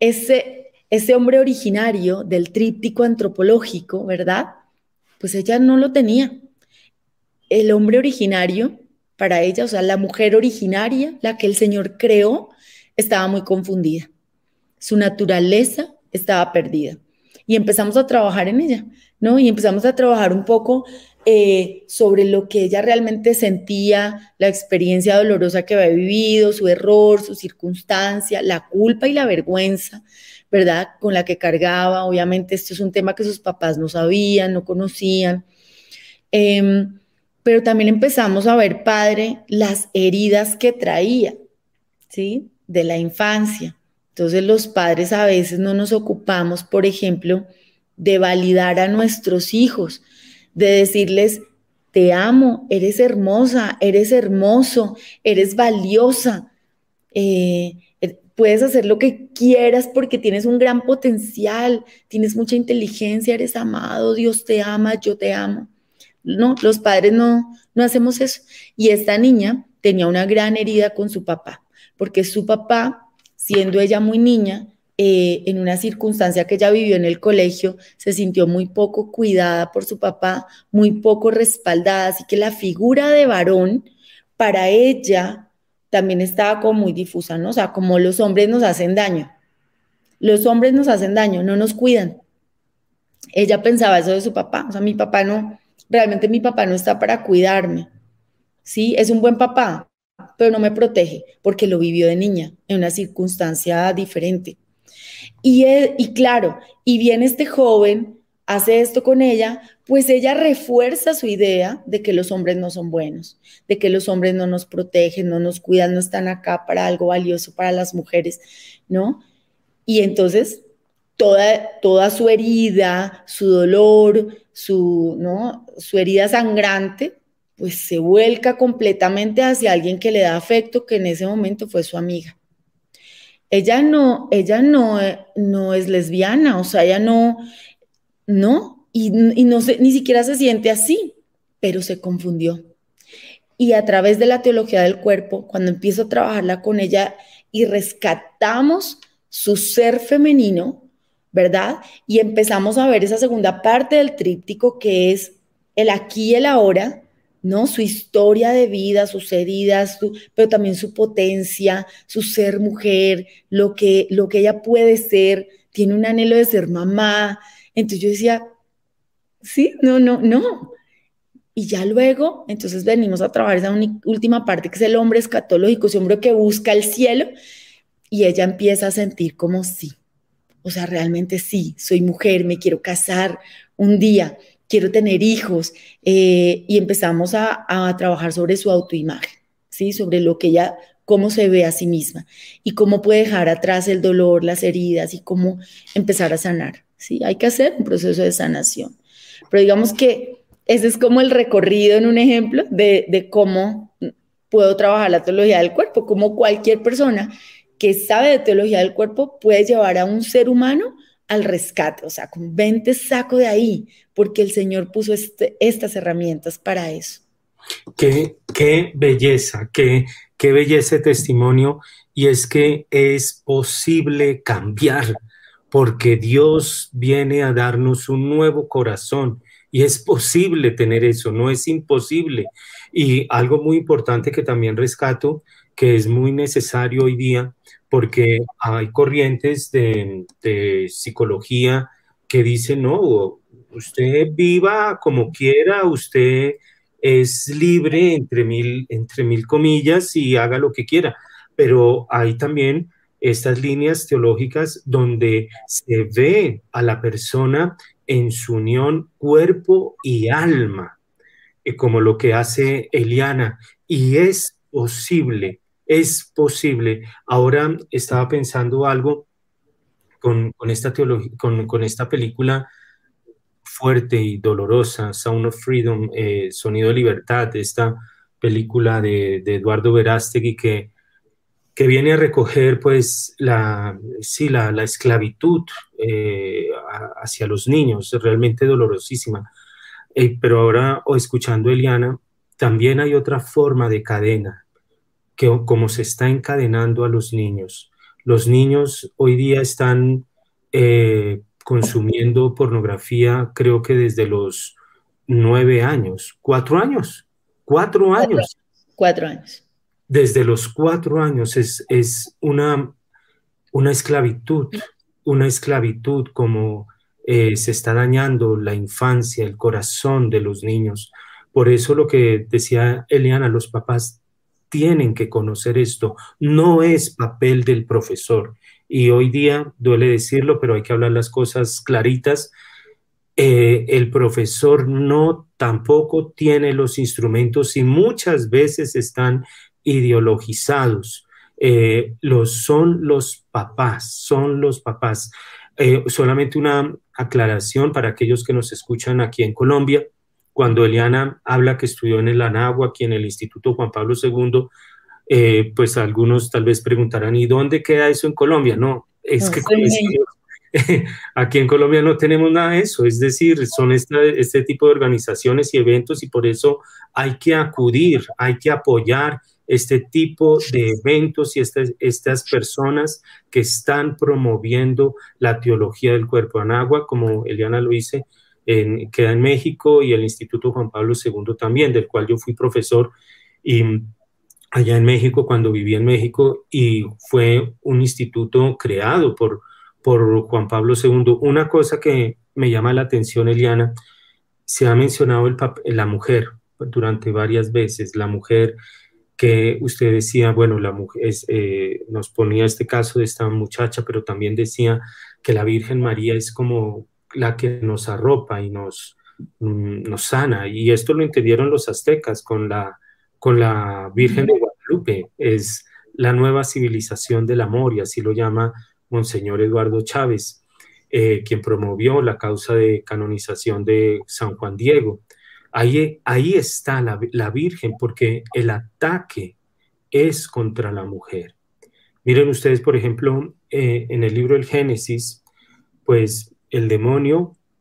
ese hombre originario del tríptico antropológico, ¿verdad? Pues ella no lo tenía. El hombre originario, para ella, o sea, la mujer originaria, la que el Señor creó, estaba muy confundida. Su naturaleza estaba perdida. Y empezamos a trabajar en ella, ¿no? Y empezamos a trabajar un poco sobre lo que ella realmente sentía, la experiencia dolorosa que había vivido, su error, su circunstancia, la culpa y la vergüenza, ¿verdad? Con la que cargaba. Obviamente esto es un tema que sus papás no sabían, no conocían. Pero también empezamos a ver, padre, las heridas que traía, ¿sí? De la infancia. Entonces los padres a veces no nos ocupamos, por ejemplo, de validar a nuestros hijos, de decirles, te amo, eres hermosa, eres hermoso, eres valiosa, puedes hacer lo que quieras porque tienes un gran potencial, tienes mucha inteligencia, eres amado, Dios te ama, yo te amo. No, los padres no hacemos eso. Y esta niña tenía una gran herida con su papá, porque su papá, siendo ella muy niña, en una circunstancia que ella vivió en el colegio, se sintió muy poco cuidada por su papá, muy poco respaldada, así que la figura de varón para ella también estaba como muy difusa, ¿no? O sea, como los hombres nos hacen daño, no nos cuidan. Ella pensaba eso de su papá, o sea, realmente mi papá no está para cuidarme, ¿sí? Es un buen papá, pero no me protege porque lo vivió de niña en una circunstancia diferente. Y claro, y viene este joven, hace esto con ella, pues ella refuerza su idea de que los hombres no son buenos, de que los hombres no nos protegen, no nos cuidan, no están acá para algo valioso para las mujeres, ¿no? Y entonces toda su herida, su dolor, su herida sangrante, pues se vuelca completamente hacia alguien que le da afecto, que en ese momento fue su amiga. Ella no es lesbiana, o sea, ella no no, y no ni siquiera se siente así, pero se confundió. Y a través de la teología del cuerpo, cuando empiezo a trabajarla con ella y rescatamos su ser femenino, ¿verdad? Y empezamos a ver esa segunda parte del tríptico que es el aquí y el ahora, ¿no? Su historia de vida, sus heridas, pero también su potencia, su ser mujer, lo que ella puede ser, tiene un anhelo de ser mamá. Entonces yo decía, sí, no. Y ya luego, entonces venimos a trabajar esa última parte que es el hombre escatológico, ese hombre que busca el cielo, y ella empieza a sentir como sí. O sea, realmente sí, soy mujer, me quiero casar un día, quiero tener hijos, y empezamos a trabajar sobre su autoimagen, ¿sí? Sobre lo que ella, cómo se ve a sí misma y cómo puede dejar atrás el dolor, las heridas y cómo empezar a sanar, ¿sí? Hay que hacer un proceso de sanación. Pero digamos que ese es como el recorrido en un ejemplo de cómo puedo trabajar la teología del cuerpo, como cualquier persona que sabe de teología del cuerpo puede llevar a un ser humano al rescate, o sea, con 20 saco de ahí, porque el Señor puso estas herramientas para eso. Qué belleza, qué belleza de testimonio, y es que es posible cambiar, porque Dios viene a darnos un nuevo corazón, y es posible tener eso, no es imposible. Y algo muy importante que también rescato, que es muy necesario hoy día, porque hay corrientes de psicología que dicen, no, usted viva como quiera, usted es libre entre mil comillas y haga lo que quiera, pero hay también estas líneas teológicas donde se ve a la persona en su unión cuerpo y alma, como lo que hace Eliana, y es posible. Ahora estaba pensando algo con esta teología, con esta película fuerte y dolorosa, Sound of Freedom, Sonido de Libertad, esta película de Eduardo Verástegui que viene a recoger pues la esclavitud hacia los niños, realmente dolorosísima. Pero ahora, o escuchando a Eliana, también hay otra forma de cadena, que como se está encadenando a los niños. Los niños hoy día están consumiendo pornografía, creo que desde los 9 años, 4 años, 4 años. 4 años. Desde los 4 años es una esclavitud como se está dañando la infancia, el corazón de los niños. Por eso lo que decía Eliana, los papás tienen que conocer esto. No es papel del profesor. Y hoy día, duele decirlo, pero hay que hablar las cosas claritas. El profesor no tampoco tiene los instrumentos y muchas veces están ideologizados. Son los papás. Solamente una aclaración para aquellos que nos escuchan aquí en Colombia. Cuando Eliana habla que estudió en el Anáhuac, aquí en el Instituto Juan Pablo II, pues algunos tal vez preguntarán, ¿y dónde queda eso en Colombia? No, es que como decimos, aquí en Colombia no tenemos nada de eso, es decir, son este tipo de organizaciones y eventos y por eso hay que acudir, hay que apoyar este tipo de eventos y estas personas que están promoviendo la teología del cuerpo. Anáhuac, como Eliana lo dice, queda en México, y el Instituto Juan Pablo II también, del cual yo fui profesor y allá en México cuando viví en México, y fue un instituto creado por Juan Pablo II. Una cosa que me llama la atención, Eliana, se ha mencionado la mujer durante varias veces, la mujer que usted decía, bueno, la mujer nos ponía este caso de esta muchacha, pero también decía que la Virgen María es como la que nos arropa y nos sana, y esto lo entendieron los aztecas con la Virgen de Guadalupe, es la nueva civilización del amor, y así lo llama Monseñor Eduardo Chávez, quien promovió la causa de canonización de San Juan Diego. Ahí está la Virgen, porque el ataque es contra la mujer. Miren ustedes, por ejemplo, en el libro del Génesis, pues el demonio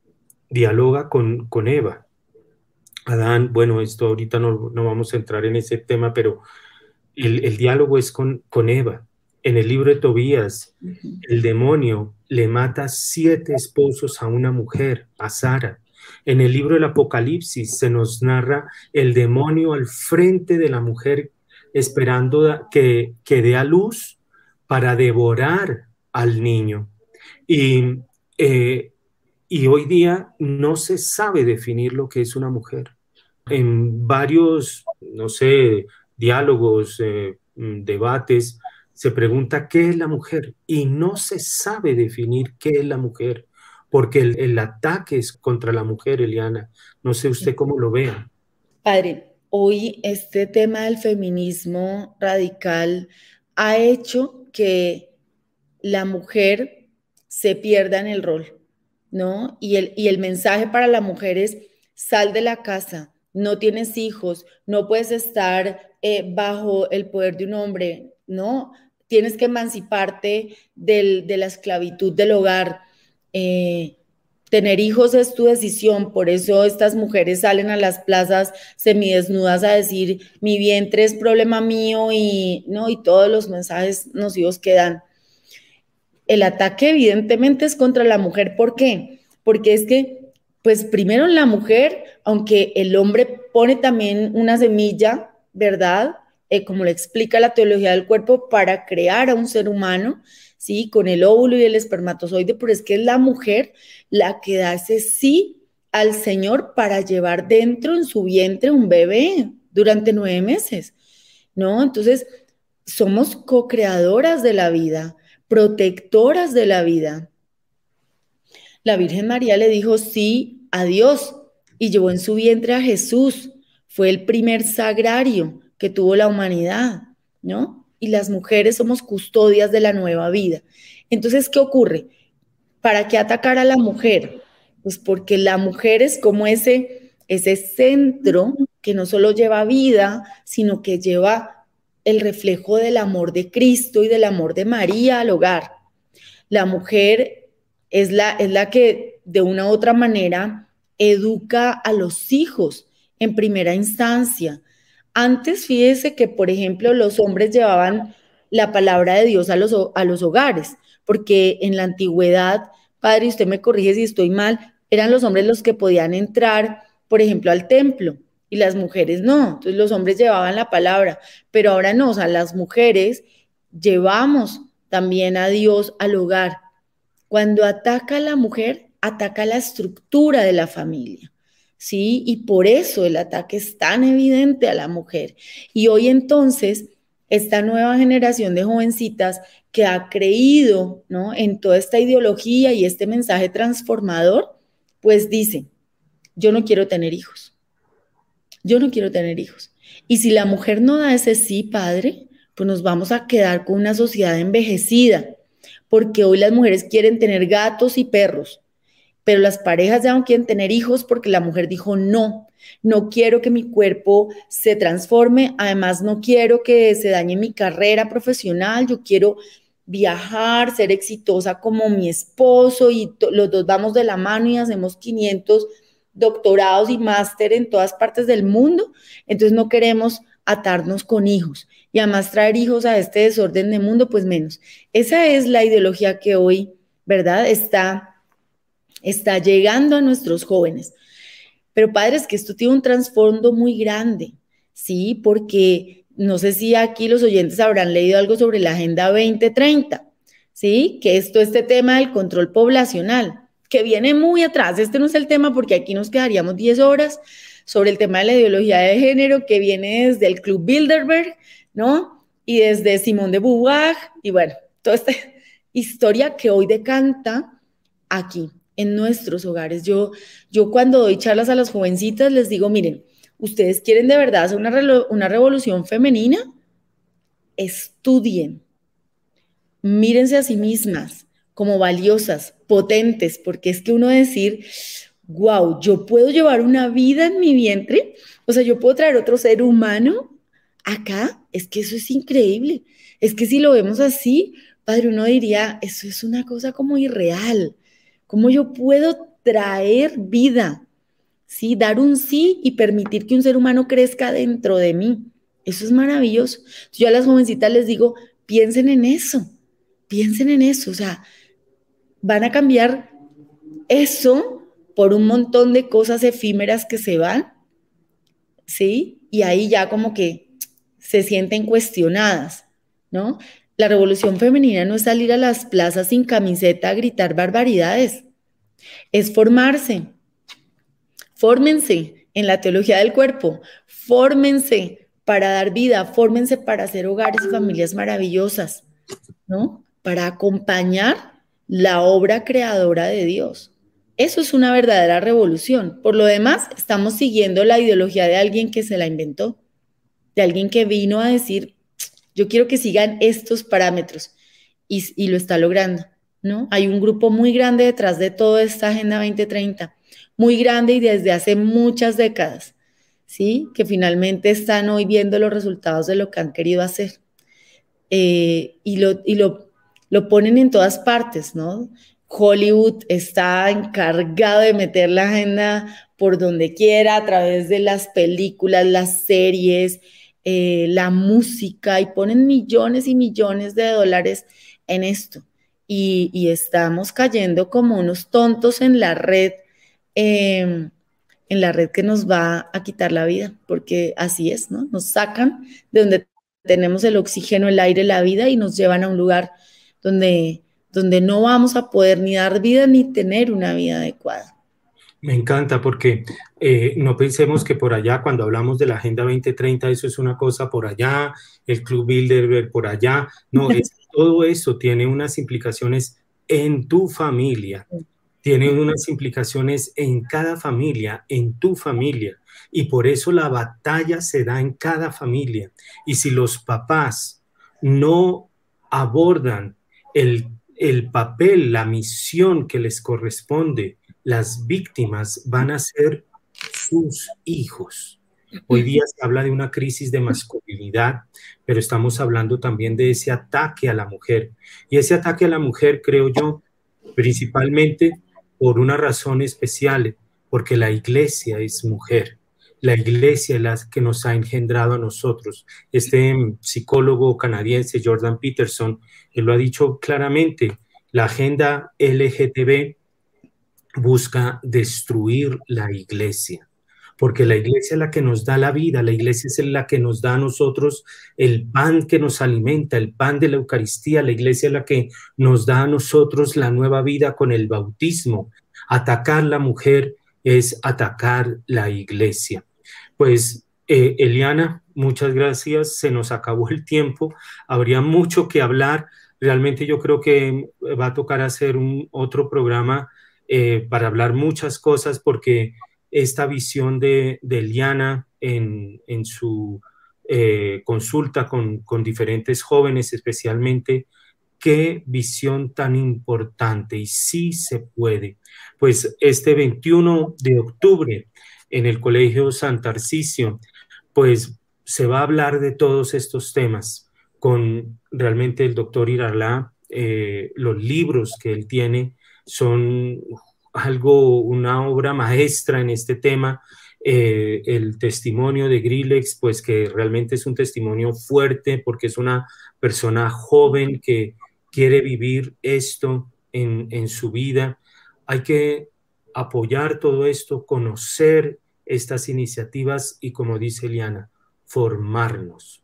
dialoga con Eva. Adán, bueno, esto ahorita no vamos a entrar en ese tema, pero el diálogo es con Eva. En el libro de Tobías, el demonio le mata 7 esposos a una mujer, a Sara. En el libro del Apocalipsis se nos narra el demonio al frente de la mujer esperando que dé a luz para devorar al niño. Y, eh, y hoy día no se sabe definir lo que es una mujer. En varios, no sé, diálogos, debates, se pregunta qué es la mujer y no se sabe definir qué es la mujer, porque el ataque es contra la mujer, Eliana. No sé usted cómo lo vea. Padre, hoy este tema del feminismo radical ha hecho que la mujer se pierda en el rol, ¿no? Y el mensaje para la mujer es: sal de la casa, no tienes hijos, no puedes estar bajo el poder de un hombre, ¿no? Tienes que emanciparte de la esclavitud del hogar. Eh, Tener hijos es tu decisión, por eso estas mujeres salen a las plazas semidesnudas a decir: mi vientre es problema mío, y no, y todos los mensajes nocivos que dan. El ataque evidentemente es contra la mujer. ¿Por qué? Porque es que, pues primero la mujer, aunque el hombre pone también una semilla, ¿verdad? Como le explica la teología del cuerpo, para crear a un ser humano, ¿sí? Con el óvulo y el espermatozoide, pero es que es la mujer la que da ese sí al Señor para llevar dentro en su vientre un bebé durante 9 meses, ¿no? Entonces, somos co-creadoras de la vida, protectoras de la vida. La Virgen María le dijo sí a Dios y llevó en su vientre a Jesús. Fue el primer sagrario que tuvo la humanidad, ¿no? Y las mujeres somos custodias de la nueva vida. Entonces, ¿qué ocurre? ¿Para qué atacar a la mujer? Pues porque la mujer es como ese centro que no solo lleva vida, sino que lleva el reflejo del amor de Cristo y del amor de María al hogar. La mujer es la que de una u otra manera educa a los hijos en primera instancia. Antes, fíjese que, por ejemplo, los hombres llevaban la palabra de Dios a los hogares, porque en la antigüedad, padre, usted me corrige si estoy mal, eran los hombres los que podían entrar, por ejemplo, al templo, y las mujeres no. Entonces los hombres llevaban la palabra, pero ahora no, o sea, las mujeres llevamos también a Dios al hogar. Cuando ataca a la mujer, ataca la estructura de la familia, ¿sí? Y por eso el ataque es tan evidente a la mujer. Y hoy entonces, esta nueva generación de jovencitas que ha creído, ¿no?, en toda esta ideología y este mensaje transformador, pues dice: yo no quiero tener hijos. Yo no quiero tener hijos. Y si la mujer no da ese sí, padre, pues nos vamos a quedar con una sociedad envejecida, porque hoy las mujeres quieren tener gatos y perros, pero las parejas ya no quieren tener hijos porque la mujer dijo: no, no quiero que mi cuerpo se transforme, además no quiero que se dañe mi carrera profesional, yo quiero viajar, ser exitosa como mi esposo, y los dos vamos de la mano y hacemos 500 doctorados y máster en todas partes del mundo. Entonces no queremos atarnos con hijos, y además traer hijos a este desorden de mundo, pues menos. Esa es la ideología que hoy, ¿verdad?, está llegando a nuestros jóvenes. Pero padres, que esto tiene un trasfondo muy grande, ¿sí? Porque no sé si aquí los oyentes habrán leído algo sobre la Agenda 2030, ¿sí? Que este tema del control poblacional, que viene muy atrás. Este no es el tema, porque aquí nos quedaríamos 10 horas sobre el tema de la ideología de género, que viene desde el Club Bilderberg, ¿no? Y desde Simone de Beauvoir, y bueno, toda esta historia que hoy decanta aquí en nuestros hogares. Yo cuando doy charlas a las jovencitas les digo: miren, ustedes quieren de verdad hacer una revolución femenina, estudien, mírense a sí mismas como valiosas, potentes, porque es que uno decir: wow, yo puedo llevar una vida en mi vientre, o sea, yo puedo traer otro ser humano acá, es que eso es increíble. Es que si lo vemos así, padre, uno diría: eso es una cosa como irreal. ¿Cómo yo puedo traer vida? ¿Sí? Dar un sí y permitir que un ser humano crezca dentro de mí. Eso es maravilloso. Yo a las jovencitas les digo, piensen en eso, o sea, van a cambiar eso por un montón de cosas efímeras que se van, ¿sí? Y ahí ya como que se sienten cuestionadas, ¿no? La revolución femenina no es salir a las plazas sin camiseta a gritar barbaridades, es formarse. Fórmense en la teología del cuerpo, fórmense para dar vida, fórmense para hacer hogares y familias maravillosas, ¿no? Para acompañar la obra creadora de Dios. Eso es una verdadera revolución. Por lo demás, estamos siguiendo la ideología de alguien que se la inventó, de alguien que vino a decir, yo quiero que sigan estos parámetros y lo está logrando, ¿no? Hay un grupo muy grande detrás de toda esta Agenda 2030, muy grande y desde hace muchas décadas, ¿sí? Que finalmente están hoy viendo los resultados de lo que han querido hacer. Lo ponen en todas partes, ¿no? Hollywood está encargado de meter la agenda por donde quiera, a través de las películas, las series, la música, y ponen millones y millones de dólares en esto. Y estamos cayendo como unos tontos en la red que nos va a quitar la vida, porque así es, ¿no? Nos sacan de donde tenemos el oxígeno, el aire, la vida y nos llevan a un lugar donde no vamos a poder ni dar vida ni tener una vida adecuada. Me encanta porque no pensemos que por allá, cuando hablamos de la Agenda 2030, eso es una cosa por allá, el Club Bilderberg por allá. No, todo eso tiene unas implicaciones en tu familia, tiene unas implicaciones en cada familia, en tu familia. Y por eso la batalla se da en cada familia. Y si los papás no abordan el papel, la misión que les corresponde, las víctimas van a ser sus hijos. Hoy día se habla de una crisis de masculinidad, pero estamos hablando también de ese ataque a la mujer. Y ese ataque a la mujer, creo yo, principalmente por una razón especial, porque la iglesia es mujer. La iglesia es la que nos ha engendrado a nosotros. Este psicólogo canadiense, Jordan Peterson, él lo ha dicho claramente, la agenda LGTB busca destruir la iglesia, porque la iglesia es la que nos da la vida, la iglesia es la que nos da a nosotros el pan que nos alimenta, el pan de la Eucaristía, la iglesia es la que nos da a nosotros la nueva vida con el bautismo. Atacar la mujer es atacar la iglesia. Pues, Eliana, muchas gracias, se nos acabó el tiempo, habría mucho que hablar, realmente yo creo que va a tocar hacer otro programa para hablar muchas cosas, porque esta visión de Eliana en su consulta con diferentes jóvenes especialmente, qué visión tan importante, y sí se puede. Pues este 21 de octubre en el Colegio San Tarcisio, pues se va a hablar de todos estos temas con realmente el doctor Irarlá. Los libros que él tiene son una obra maestra en este tema. El testimonio de Grillex, pues que realmente es un testimonio fuerte, porque es una persona joven que quiere vivir esto en su vida. Hay que apoyar todo esto, conocer estas iniciativas y, como dice Eliana, formarnos.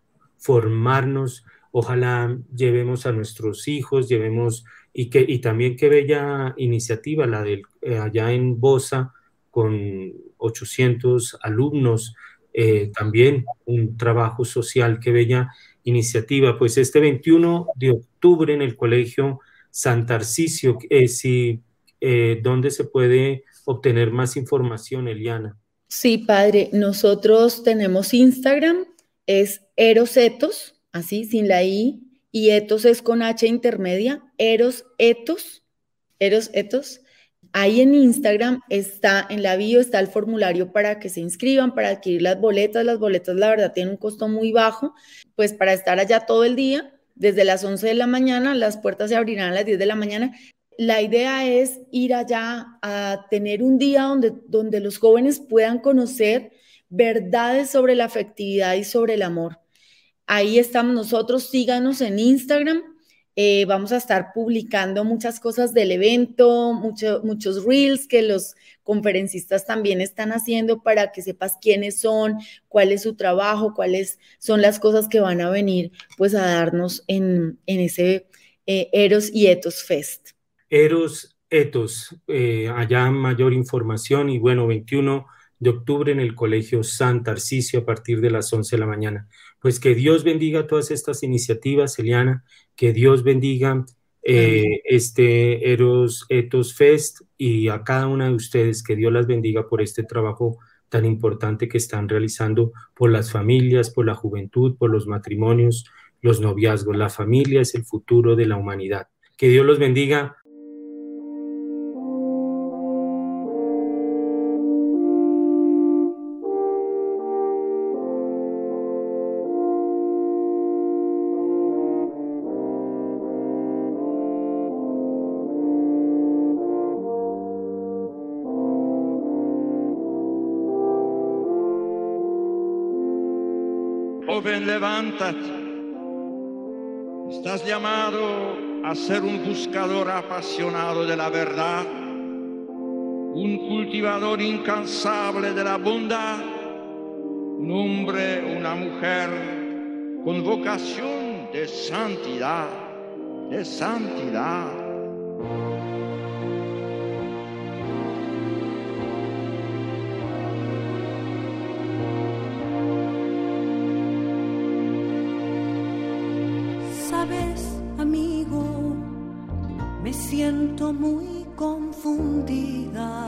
Ojalá llevemos a nuestros hijos, y también qué bella iniciativa la del allá en Bosa con 800 alumnos, también un trabajo social, qué bella iniciativa. Pues este 21 de octubre en el Colegio San Tarcisio, ¿dónde se puede obtener más información, Eliana? Sí, padre, nosotros tenemos Instagram, es Erosetos, así, sin la I, y etos es con H intermedia, Erosetos. Ahí en Instagram está, en la bio está el formulario para que se inscriban, para adquirir las boletas. Las boletas, la verdad, tienen un costo muy bajo, pues para estar allá todo el día, desde las 11 de la mañana, las puertas se abrirán a las 10 de la mañana. La idea es ir allá a tener un día donde los jóvenes puedan conocer verdades sobre la afectividad y sobre el amor. Ahí estamos nosotros, síganos en Instagram. Vamos a estar publicando muchas cosas del evento, muchos reels que los conferencistas también están haciendo para que sepas quiénes son, cuál es su trabajo, cuáles son las cosas que van a venir pues a darnos en ese Eros y Ethos Fest. Eros, Ethos, allá mayor información y bueno, 21 de octubre en el Colegio San Tarcisio a partir de las 11 de la mañana. Pues que Dios bendiga todas estas iniciativas, Eliana, que Dios bendiga este Eros Ethos Fest y a cada una de ustedes, que Dios las bendiga por este trabajo tan importante que están realizando por las familias, por la juventud, por los matrimonios, los noviazgos. La familia es el futuro de la humanidad. Que Dios los bendiga. Joven, levántate. Estás llamado a ser un buscador apasionado de la verdad, un cultivador incansable de la bondad, un hombre, una mujer con vocación de santidad, de santidad. Sabes, amigo, me siento muy confundida.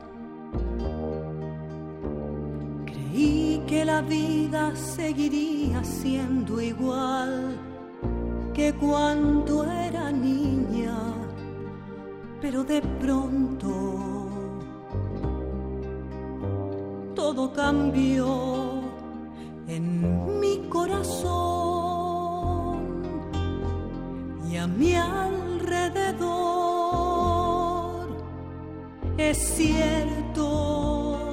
Creí que la vida seguiría siendo igual que cuando era niña, pero de pronto todo cambió en mi corazón. Y a mi alrededor, es cierto,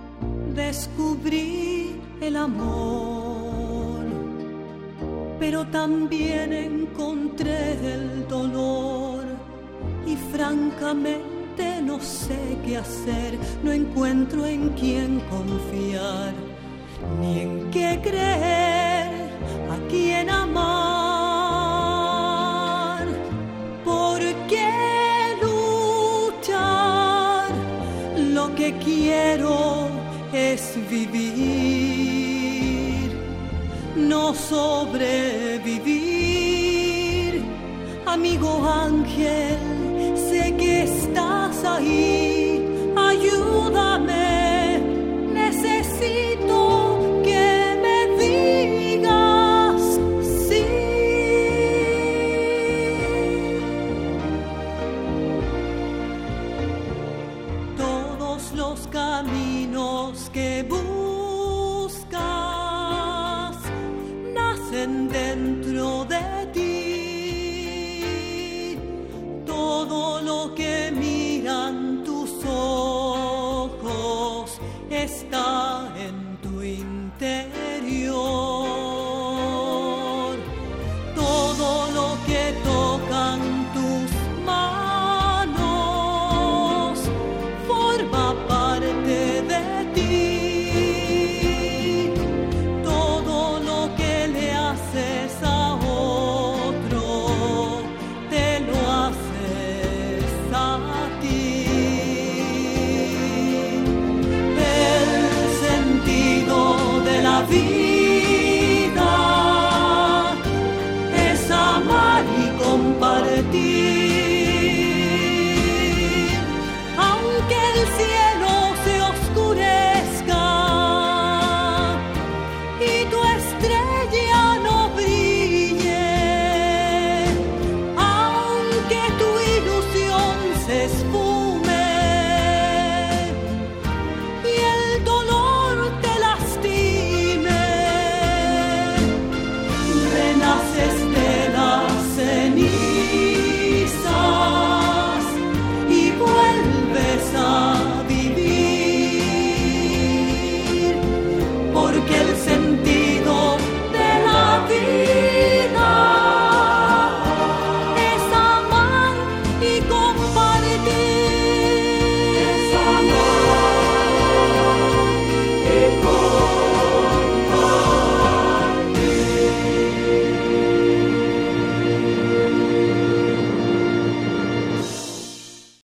descubrí el amor, pero también encontré el dolor y francamente no sé qué hacer, no encuentro en quién confiar, ni en qué creer, a quién amar. Lo que quiero es vivir, no sobrevivir. Amigo ángel, sé que estás ahí, ayúdame, necesito que me digas sí. Los caminos que buscas nacen dentro de ti. Todo lo que miran tus ojos está